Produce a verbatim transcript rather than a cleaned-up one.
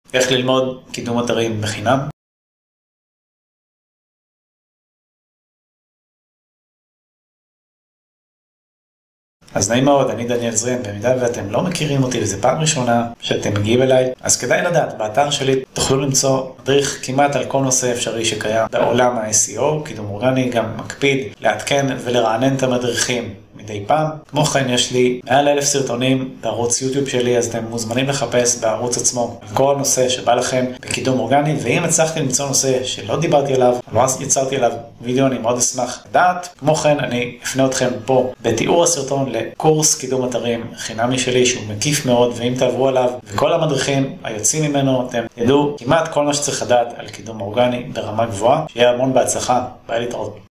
איך ללמוד קידום אתרים בחינם. אז נעים מאוד, אני דניאל זרין, במידה ואתם לא מכירים אותי וזה פעם ראשונה שאתם מגיעים אליי, אז כדאי לדעת, באתר שלי תוכלו למצוא מדריך כמעט על כל נושא אפשרי שקיים בעולם ה-אס אי או, קידום אורגני, גם מקפיד לעדכן ולרענן את המדריכים מדי פעם. כמו כן יש לי מעל אלף סרטונים בערוץ יוטיוב שלי, אז אתם מוזמנים לחפש בערוץ עצמו כל נושא שבא לכם בקידום אורגני, ואם הצלחתי למצוא נושא שלא דיברתי עליו, לא יצרתי עליו וידאו, אני מאוד אשמח לדעת. כמו כן אני אפנה אתכם פה בתיאור הסרטון לקורס קידום אתרים חינמי שלי שהוא מקיף מאוד, ואם תעברו עליו וכל המדריכים היוצאים ממנו אתם תדעו כמעט כל מה שצריך לדעת על קידום אורגני ברמה גבוהה. שיהיה המון בהצלחה, ביי להתראות.